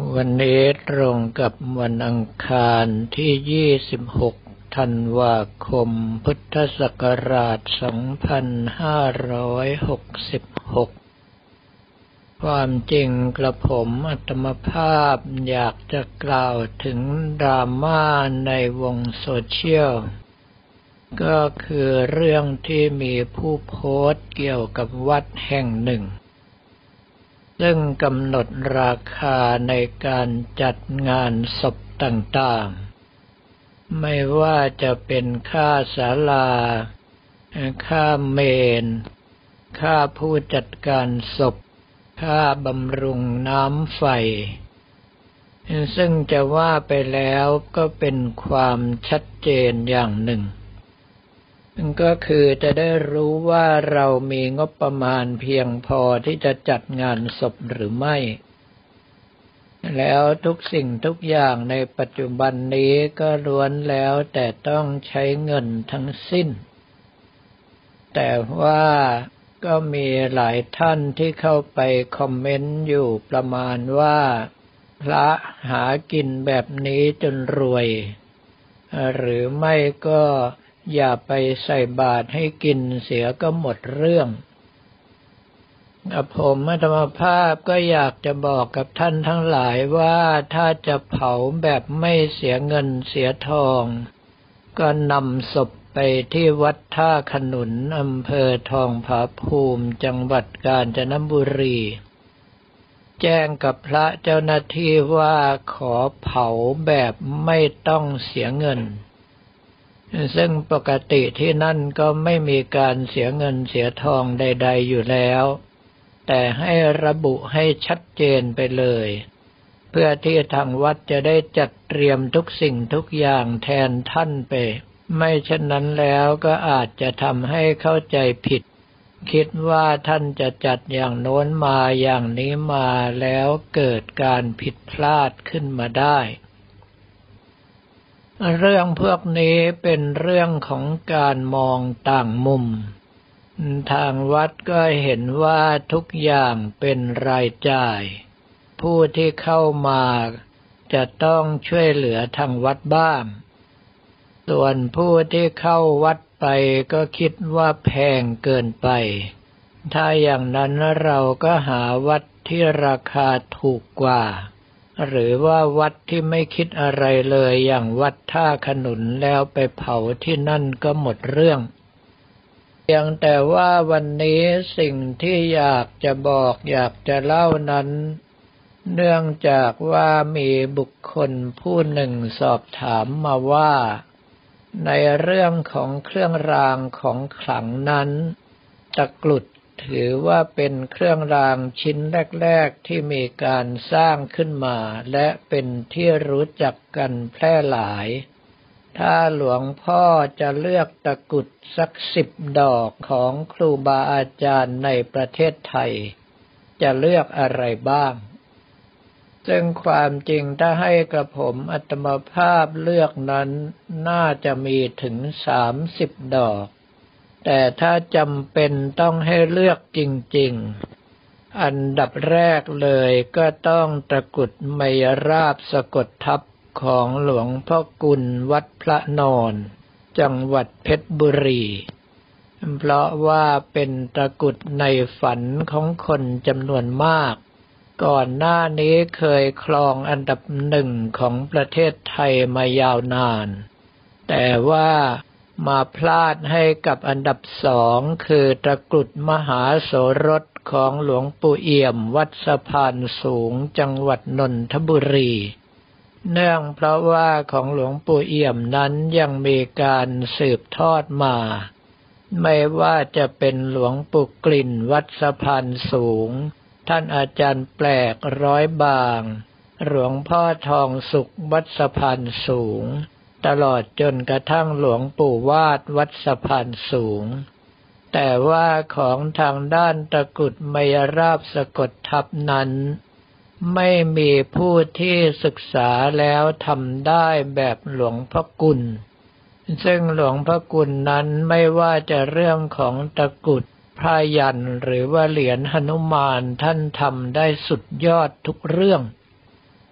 วันนี้ตรงกับวันอังคารที่26ธันวาคมพุทธศักราช2566ความจริงกระผมอาตมภาพอยากจะกล่าวถึงดราม่าในวงโซเชียลก็คือเรื่องที่มีผู้โพสต์เกี่ยวกับวัดแห่งหนึ่งซึ่งกำหนดราคาในการจัดงานศพต่างๆไม่ว่าจะเป็นค่าศาลาค่าเมนค่าผู้จัดการศพค่าบำรุงน้ำไฟซึ่งจะว่าไปแล้วก็เป็นความชัดเจนอย่างหนึ่งก็คือจะได้รู้ว่าเรามีงบประมาณเพียงพอที่จะจัดงานศพหรือไม่แล้วทุกสิ่งทุกอย่างในปัจจุบันนี้ก็ล้วนแล้วแต่ต้องใช้เงินทั้งสิ้นแต่ว่าก็มีหลายท่านที่เข้าไปคอมเมนต์อยู่ประมาณว่าพระหากินแบบนี้จนรวยหรือไม่ก็อย่าไปใส่บาตรให้กินเสียก็หมดเรื่องผมอาตมาภาพก็อยากจะบอกกับท่านทั้งหลายว่าถ้าจะเผาแบบไม่เสียเงินเสียทองก็นำศพไปที่วัดท่าขนุนอำเภอทองผาภูมิจังหวัดกาญจนบุรีแจ้งกับพระเจ้าหน้าที่ว่าขอเผาแบบไม่ต้องเสียเงินซึ่งปกติที่นั่นก็ไม่มีการเสียเงินเสียทองใดๆอยู่แล้วแต่ให้ระบุให้ชัดเจนไปเลยเพื่อที่ทางวัดจะได้จัดเตรียมทุกสิ่งทุกอย่างแทนท่านไปไม่เช่นนั้นแล้วก็อาจจะทำให้เข้าใจผิดคิดว่าท่านจะจัดอย่างโน้นมาอย่างนี้มาแล้วเกิดการผิดพลาดขึ้นมาได้เรื่องพวกนี้เป็นเรื่องของการมองต่างมุมทางวัดก็เห็นว่าทุกอย่างเป็นรายจ่ายผู้ที่เข้ามาจะต้องช่วยเหลือทางวัดบ้างส่วนผู้ที่เข้าวัดไปก็คิดว่าแพงเกินไปถ้าอย่างนั้นเราก็หาวัดที่ราคาถูกกว่าหรือว่าวัดที่ไม่คิดอะไรเลยอย่างวัดท่าขนุนแล้วไปเผาที่นั่นก็หมดเรื่องเพียงแต่ว่าวันนี้สิ่งที่อยากจะบอกอยากจะเล่านั้นเนื่องจากว่ามีบุคคลผู้หนึ่งสอบถามมาว่าในเรื่องของเครื่องรางของขลังนั้นตะกรุดถือว่าเป็นเครื่องรางชิ้นแรกๆที่มีการสร้างขึ้นมาและเป็นที่รู้จักกันแพร่หลายถ้าหลวงพ่อจะเลือกตะกรุดสัก10 ดอกของครูบาอาจารย์ในประเทศไทยจะเลือกอะไรบ้างซึ่งความจริงถ้าให้กระผมอาตมาภาพเลือกนั้นน่าจะมีถึง30 ดอกแต่ถ้าจำเป็นต้องให้เลือกจริงๆอันดับแรกเลยก็ต้องตะกรุดไมยราบสะกดทับของหลวงพ่อกุลวัดพระนอนจังหวัดเพชรบุรีเพราะว่าเป็นตะกรุดในฝันของคนจำนวนมากก่อนหน้านี้เคยครองอันดับ1ของประเทศไทยมายาวนานแต่ว่ามาพลาดให้กับอันดับ2คือตะกรุดมหาโสรสของหลวงปู่เอี่ยมวัดสะพานสูงจังหวัดนนทบุรีเนื่องเพราะว่าของหลวงปู่เอี่ยมนั้นยังมีการสืบทอดมาไม่ว่าจะเป็นหลวงปู่กลิ่นวัดสะพานสูงท่านอาจารย์แปลกร้อยบางหลวงพ่อทองสุขวัดสะพานสูงตลอดจนกระทั่งหลวงปู่วาดวัดสะพานสูงแต่ว่าของทางด้านตะกรุดไมยราบสะกดทับนั้นไม่มีผู้ที่ศึกษาแล้วทำได้แบบหลวงพ่อกุลซึ่งหลวงพ่อกุลนั้นไม่ว่าจะเรื่องของตะกรุดพระยันต์หรือว่าเหรียญหนุมานท่านทำได้สุดยอดทุกเรื่อง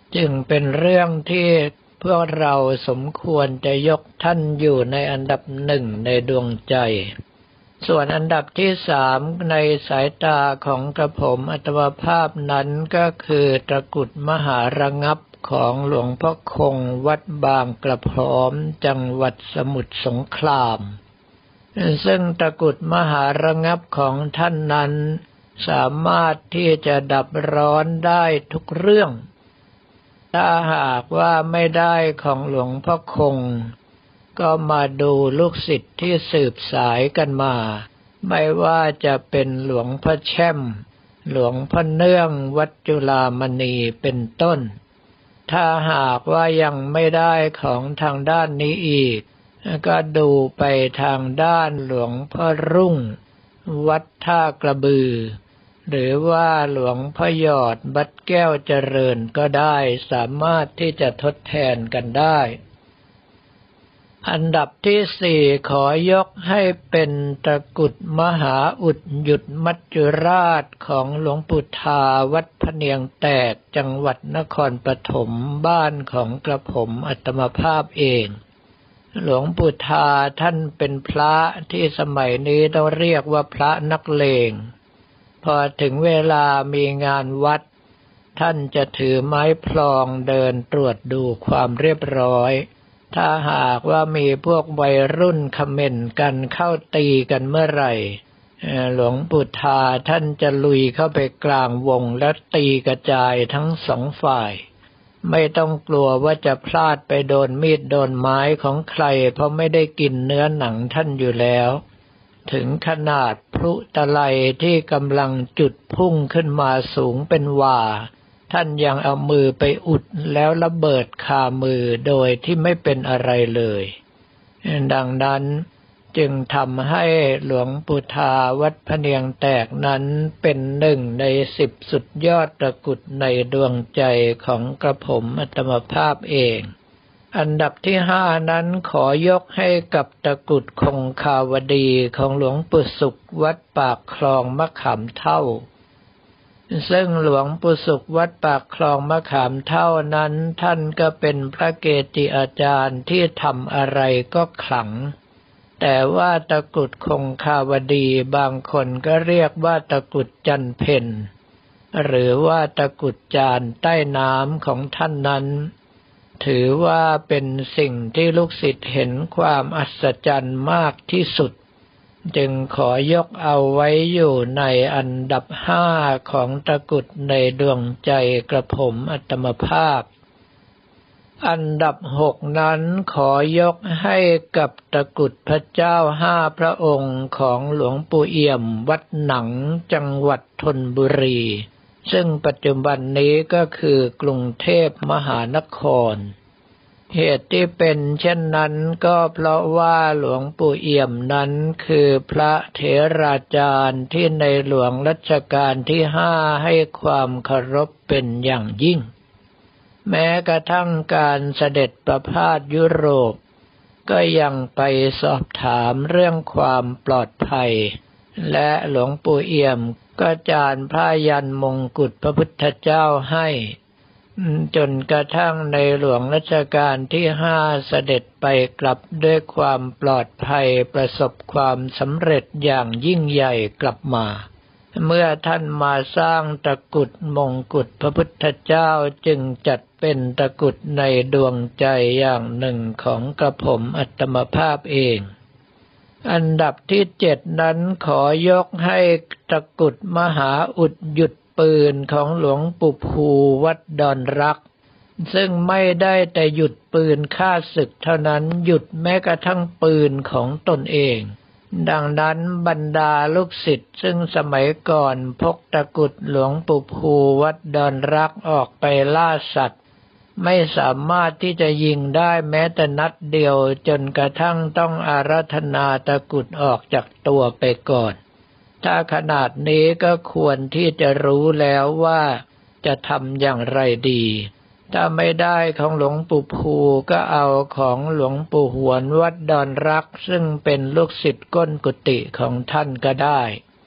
จึงเป็นเรื่องที่พวกเราสมควรจะยกท่านอยู่ในอันดับหนึ่งในดวงใจส่วนอันดับที่สามในสายตาของกระผมอัตมภาพนั้นก็คือตะกรุดมหาระงับของหลวงพ่อคงวัดบางกระพร้อมจังหวัดสมุทรสงครามซึ่งตะกรุดมหาระงับของท่านนั้นสามารถที่จะดับร้อนได้ทุกเรื่องถ้าหากว่าไม่ได้ของหลวงพ่อคงก็มาดูลูกศิษย์ที่สืบสายกันมาไม่ว่าจะเป็นหลวงพ่อแช่มหลวงพ่อเนื่องวัดจุฬามณีเป็นต้นถ้าหากว่ายังไม่ได้ของทางด้านนี้อีกก็ดูไปทางด้านหลวงพ่อรุ่งวัดท่ากระบือหรือว่าหลวงพ่อหยอดวัดแก้วเจริญก็ได้สามารถที่จะทดแทนกันได้อันดับที่สี่ขอยกให้เป็นตะกรุดมหาอุดหยุดมัจจุราชของหลวงปู่ทาวัดพะเนียงแตกจังหวัดนครปฐมบ้านของกระผมอัตมภาพเองหลวงปู่ทาท่านเป็นพระที่สมัยนี้ต้องเรียกว่าพระนักเลงพอถึงเวลามีงานวัดท่านจะถือไม้พลองเดินตรวจดูความเรียบร้อยถ้าหากว่ามีพวกวัยรุ่นคอมเมนต์กันเข้าตีกันเมื่อไหร่หลวงปู่ทาท่านจะลุยเข้าไปกลางวงและตีกระจายทั้งสองฝ่ายไม่ต้องกลัวว่าจะพลาดไปโดนมีดโดนไม้ของใครเพราะไม่ได้กินเนื้อหนังท่านอยู่แล้วถึงขนาดพลุตะไลที่กำลังจุดพุ่งขึ้นมาสูงเป็นว่าท่านยังเอามือไปอุดแล้วระเบิดคามือโดยที่ไม่เป็นอะไรเลยดังนั้นจึงทำให้หลวงปู่ทาวัดพะเนียงแตกนั้นเป็นหนึ่งใน10สุดยอดตะกรุดในดวงใจของกระผมอัตมภาพเองอันดับที่ห้านั้นขอยกให้กับตะกรุดคงคาวดีของหลวงปู่ศุกร์วัดปากคลองมะขามเท่าซึ่งหลวงปู่ศุกร์วัดปากคลองมะขามเท่านั้นท่านก็เป็นพระเกจิอาจารย์ที่ทำอะไรก็ขลังแต่ว่าตะกรุดคงคาวดีบางคนก็เรียกว่าตะกรุดจันเพ็ญหรือว่าตะกรุดจานใต้น้ำของท่านนั้นถือว่าเป็นสิ่งที่ลูกศิษย์เห็นความอัศจรรย์มากที่สุดจึงขอยกเอาไว้อยู่ในอันดับห้าของตะกรุดในดวงใจกระผมอัตมภาพอันดับหกนั้นขอยกให้กับตะกรุดพระเจ้าห้าพระองค์ของหลวงปู่เอี่ยมวัดหนังจังหวัดธนบุรีซึ่งปัจจุบันนี้ก็คือกรุงเทพมหานครเหตุที่เป็นเช่นนั้นก็เพราะว่าหลวงปู่เอี่ยมนั้นคือพระเถราจารย์ที่ในหลวงรัชกาลที่ห้าให้ความเคารพเป็นอย่างยิ่งแม้กระทั่งการเสด็จประพาสยุโรปก็ยังไปสอบถามเรื่องความปลอดภัยและหลวงปู่เอี่ยมก็จานผ้ายันมงกุฎพระพุทธเจ้าให้จนกระทั่งในหลวงรัชกาลที่ห้าเสด็จไปกลับด้วยความปลอดภัยประสบความสำเร็จอย่างยิ่งใหญ่กลับมาเมื่อท่านมาสร้างตะกรุดมงกุฎพระพุทธเจ้าจึงจัดเป็นตะกรุดในดวงใจอย่างหนึ่งของกระผมอัตมภาพเองอันดับที่เจ็ดนั้นขอยกให้ตะกรุดมหาอุดหยุดปืนของหลวงปู่ภูวัดดอนรักซึ่งไม่ได้แต่หยุดปืนฆ่าศึกเท่านั้นหยุดแม้กระทั่งปืนของตนเองดังนั้นบรรดาลูกศิษย์ซึ่งสมัยก่อนพกตะกรุดหลวงปู่ภูวัดดอนรักออกไปล่าสัตว์ไม่สามารถที่จะยิงได้แม้แต่นัดเดียวจนกระทั่งต้องอาราธนาตะกรุดออกจากตัวไปก่อนถ้าขนาดนี้ก็ควรที่จะรู้แล้วว่าจะทำอย่างไรดีถ้าไม่ได้ของหลวงปู่ภูก็เอาของหลวงปู่หวนวัดดอนรักซึ่งเป็นลูกศิษย์ก้นกุฏิของท่านก็ได้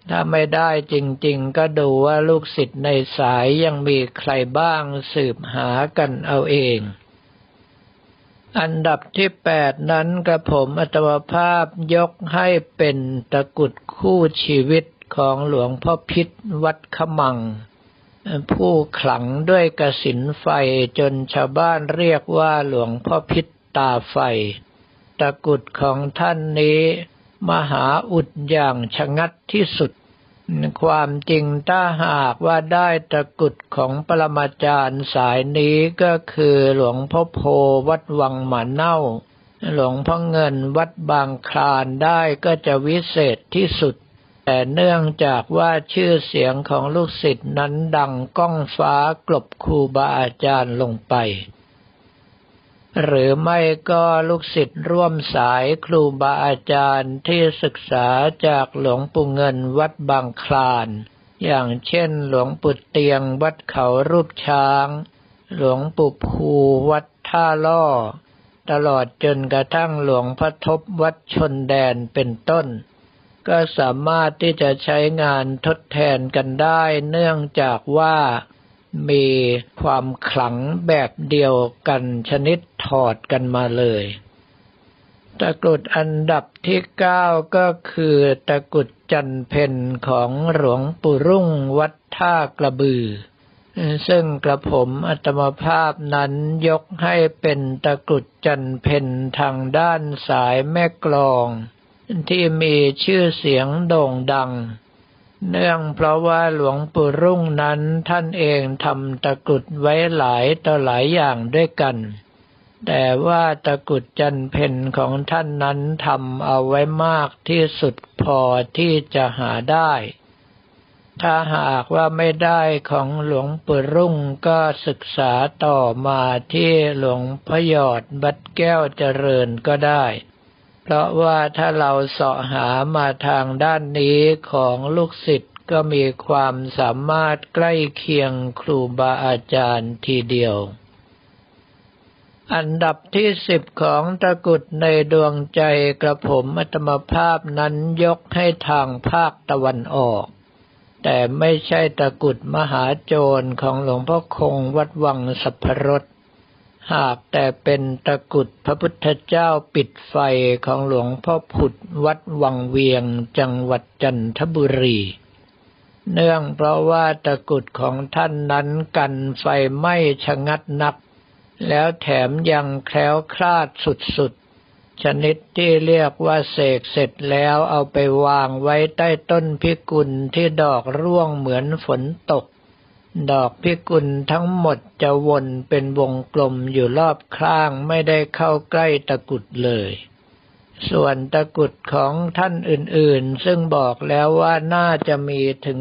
ถ้าไม่ได้จริงๆก็ดูว่าลูกศิษย์ในสายยังมีใครบ้างสืบหากันเอาเองอันดับที่8นั้นกระผมอัตมภาพยกให้เป็นตะกรุดคู่ชีวิตของหลวงพ่อพิษวัดขมังผู้ขลังด้วยกสิณไฟจนชาวบ้านเรียกว่าหลวงพ่อพิษตาไฟตะกรุดของท่านนี้มหาอุดอย่างชะงัดที่สุดความจริงถ้าหากว่าได้ตะกรุดของปรมาจารย์สายนี้ก็คือหลวงพ่อโพวัดวังหมาเน่าหลวงพ่อเงินวัดบางคลานได้ก็จะวิเศษที่สุดแต่เนื่องจากว่าชื่อเสียงของลูกศิษย์นั้นดังก้องฟ้ากลบครูบาอาจารย์ลงไปหรือไม่ก็ลูกศิษย์ร่วมสายครูบาอาจารย์ที่ศึกษาจากหลวงปู่เงินวัดบางคลานอย่างเช่นหลวงปู่เตียงวัดเขารูปช้างหลวงปู่ภูวัดท่าล่อตลอดจนกระทั่งหลวงพ่อทบวัดชนแดนเป็นต้นก็สามารถที่จะใช้งานทดแทนกันได้เนื่องจากว่ามีความขลังแบบเดียวกันชนิดถอดกันมาเลยตะกรุดอันดับที่9ก็คือตะกรุดจันเพ็ญของหลวงปู่รุ่งวัดท่ากระบือซึ่งกระผมอัตมภาพนั้นยกให้เป็นตะกรุดจันเพ็ญทางด้านสายแม่กลองที่มีชื่อเสียงโด่งดังเนื่องเพราะว่าหลวงปู่รุ่งนั้นท่านเองทำตะกรุดไว้หลายต่อหลายอย่างด้วยกันแต่ว่าตะกรุดจันเพ็ญของท่านนั้นทำเอาไว้มากที่สุดพอที่จะหาได้ถ้าหากว่าไม่ได้ของหลวงปู่รุ่งก็ศึกษาต่อมาที่หลวงพ่อหยอดวัดแก้วเจริญก็ได้เพราะว่าถ้าเราเสาะหามาทางด้านนี้ของลูกศิษย์ก็มีความสามารถใกล้เคียงครูบาอาจารย์ทีเดียวอันดับที่10ของตะกรุดในดวงใจกระผมอัตมภาพนั้นยกให้ทางภาคตะวันออกแต่ไม่ใช่ตะกรุดมหาโจรของหลวงพ่อคงวัดวังสัพพรสหากแต่เป็นตะกรุดพระพุทธเจ้าปิดไฟของหลวงพ่อผุดวัดวังเวียงจังหวัดจันทบุรีเนื่องเพราะว่าตะกรุดของท่านนั้นกันไฟไหม้ชะงัดนักแล้วแถมยังแคล้วคลาดสุดๆชนิดที่เรียกว่าเสกเสร็จแล้วเอาไปวางไว้ใต้ต้นพิกุลที่ดอกร่วงเหมือนฝนตกดอกพิกุลทั้งหมดจะวนเป็นวงกลมอยู่รอบข้างไม่ได้เข้าใกล้ตะกรุดเลยส่วนตะกรุดของท่านอื่นๆซึ่งบอกแล้วว่าน่าจะมีถึง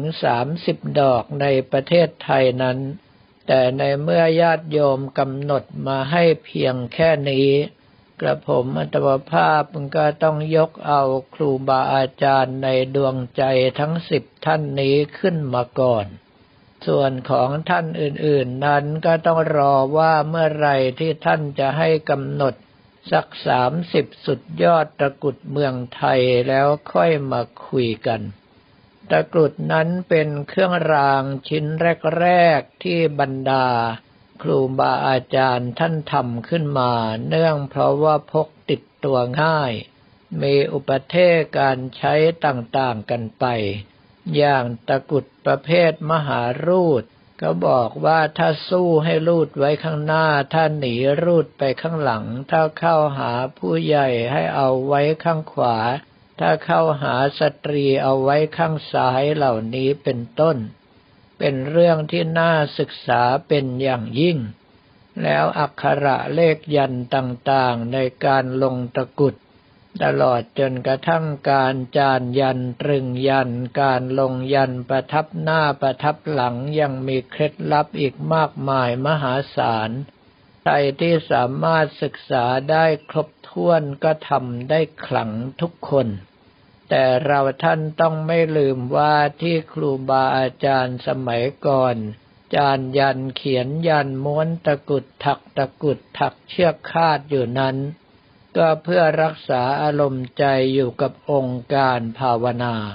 30ดอกในประเทศไทยนั้นแต่ในเมื่อญาติโยมกำหนดมาให้เพียงแค่นี้กระผมอัตมภาพก็ต้องยกเอาครูบาอาจารย์ในดวงใจทั้ง10ท่านนี้ขึ้นมาก่อนส่วนของท่านอื่นๆนั้นก็ต้องรอว่าเมื่อไรที่ท่านจะให้กำหนดสัก30สุดยอดตะกรุดเมืองไทยแล้วค่อยมาคุยกันตะกรุดนั้นเป็นเครื่องรางชิ้นแรกๆที่บรรดาครูบาอาจารย์ท่านทำขึ้นมาเนื่องเพราะว่าพกติดตัวง่ายมีอุปเทศการใช้ต่างๆกันไปอย่างตะกรุดประเภทมหารูดก็บอกว่าถ้าสู้ให้รูดไว้ข้างหน้าถ้าหนีรูดไปข้างหลังถ้าเข้าหาผู้ใหญ่ให้เอาไว้ข้างขวาถ้าเข้าหาสตรีเอาไว้ข้างซ้ายเหล่านี้เป็นต้นเป็นเรื่องที่น่าศึกษาเป็นอย่างยิ่งแล้วอักขระเลขยันต์ต่างๆในการลงตะกรุดตลอดจนกระทั่งการจานยันตรึงยันการลงยันประทับหน้าประทับหลังยังมีเคล็ดลับอีกมากมายมหาศาลใครที่สามารถศึกษาได้ครบถ้วนก็ทำได้ขลังทุกคนแต่เราท่านต้องไม่ลืมว่าที่ครูบาอาจารย์สมัยก่อนจานยันเขียนยันม้วนตะกรุดถักตะกรุดถักเชือกคาดอยู่นั้นก็เพื่อรักษาอารมณ์ใจอยู่กับองค์การภาวนา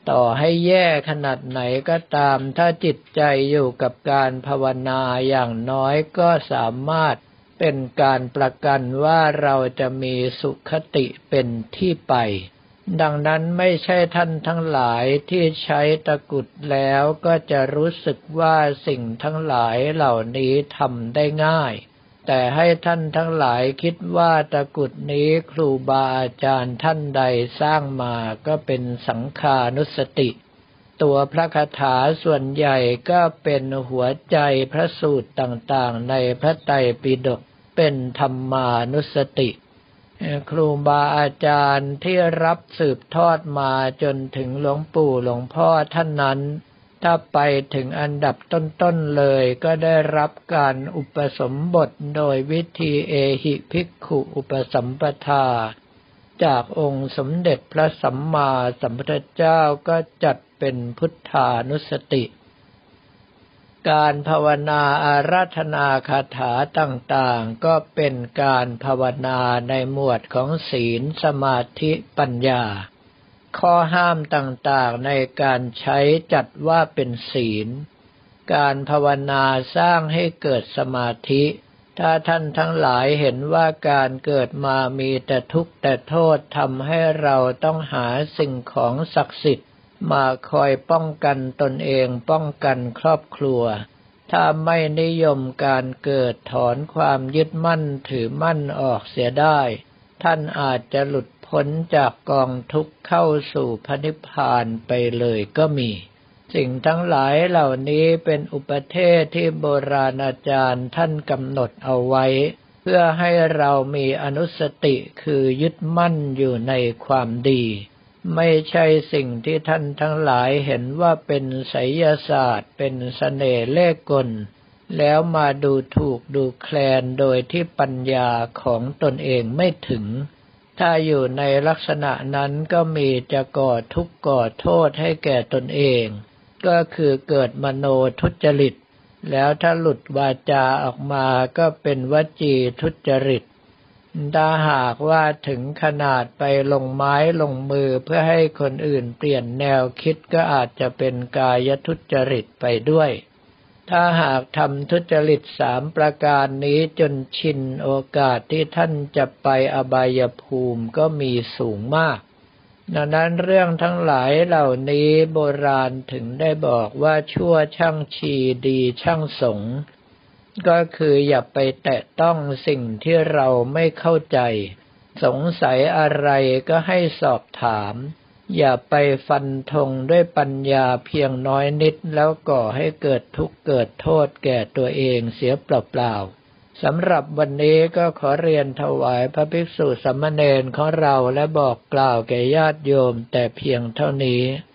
ต่อให้แย่ขนาดไหนก็ตามถ้าจิตใจอยู่กับการภาวนาอย่างน้อยก็สามารถเป็นการประกันว่าเราจะมีสุขติเป็นที่ไปดังนั้นไม่ใช่ท่านทั้งหลายที่ใช้ตะกรุดแล้วก็จะรู้สึกว่าสิ่งทั้งหลายเหล่านี้ทำได้ง่ายแต่ให้ท่านทั้งหลายคิดว่าตะกรุดนี้ครูบาอาจารย์ท่านใดสร้างมาก็เป็นสังฆานุสติตัวพระคาถาส่วนใหญ่ก็เป็นหัวใจพระสูตรต่างๆในพระไตรปิฎกเป็นธรรมานุสติครูบาอาจารย์ที่รับสืบทอดมาจนถึงหลวงปู่หลวงพ่อท่านนั้นถ้าไปถึงอันดับต้นๆเลยก็ได้รับการอุปสมบทโดยวิธีเอหิภิกขุอุปสัมปทาจากองค์สมเด็จพระสัมมาสัมพุทธเจ้าก็จัดเป็นพุทธานุสติการภาวนาอาราธนาคาถาต่างๆก็เป็นการภาวนาในหมวดของศีลสมาธิปัญญาข้อห้ามต่างๆในการใช้จัดว่าเป็นศีลการภาวนาสร้างให้เกิดสมาธิถ้าท่านทั้งหลายเห็นว่าการเกิดมามีแต่ทุกข์แต่โทษทำให้เราต้องหาสิ่งของศักดิ์สิทธิ์มาคอยป้องกันตนเองป้องกันครอบครัวถ้าไม่นิยมการเกิดถอนความยึดมั่นถือมั่นออกเสียได้ท่านอาจจะหลุดพ้นจากกองทุกข์เข้าสู่พระนิพพานไปเลยก็มีสิ่งทั้งหลายเหล่านี้เป็นอุปเทศที่โบราณอาจารย์ท่านกำหนดเอาไว้เพื่อให้เรามีอนุสติคือยึดมั่นอยู่ในความดีไม่ใช่สิ่งที่ท่านทั้งหลายเห็นว่าเป็นไสยศาสตร์เป็นเสน่ห์เล่ห์กลแล้วมาดูถูกดูแคลนโดยที่ปัญญาของตนเองไม่ถึงถ้าอยู่ในลักษณะนั้นก็มีจะก่อทุกข์ก่อโทษให้แก่ตนเองก็คือเกิดมโนทุจริตแล้วถ้าหลุดวาจาออกมาก็เป็นวจีทุจริตถ้าหากว่าถึงขนาดไปลงไม้ลงมือเพื่อให้คนอื่นเปลี่ยนแนวคิดก็อาจจะเป็นกายทุจริตไปด้วยถ้าหากทำทุจริต3ประการนี้จนชินโอกาสที่ท่านจะไปอบายภูมิก็มีสูงมากดังนั้นเรื่องทั้งหลายเหล่านี้โบราณถึงได้บอกว่าชั่วช่างชีดีช่างสงฆ์ก็คืออย่าไปแตะต้องสิ่งที่เราไม่เข้าใจสงสัยอะไรก็ให้สอบถามอย่าไปฟันธงด้วยปัญญาเพียงน้อยนิดแล้วก่อให้เกิดทุกข์เกิดโทษแก่ตัวเองเสียเปล่าๆสำหรับวันนี้ก็ขอเรียนถวายพระภิกษุสามเณรของเราและบอกกล่าวแก่ญาติโยมแต่เพียงเท่านี้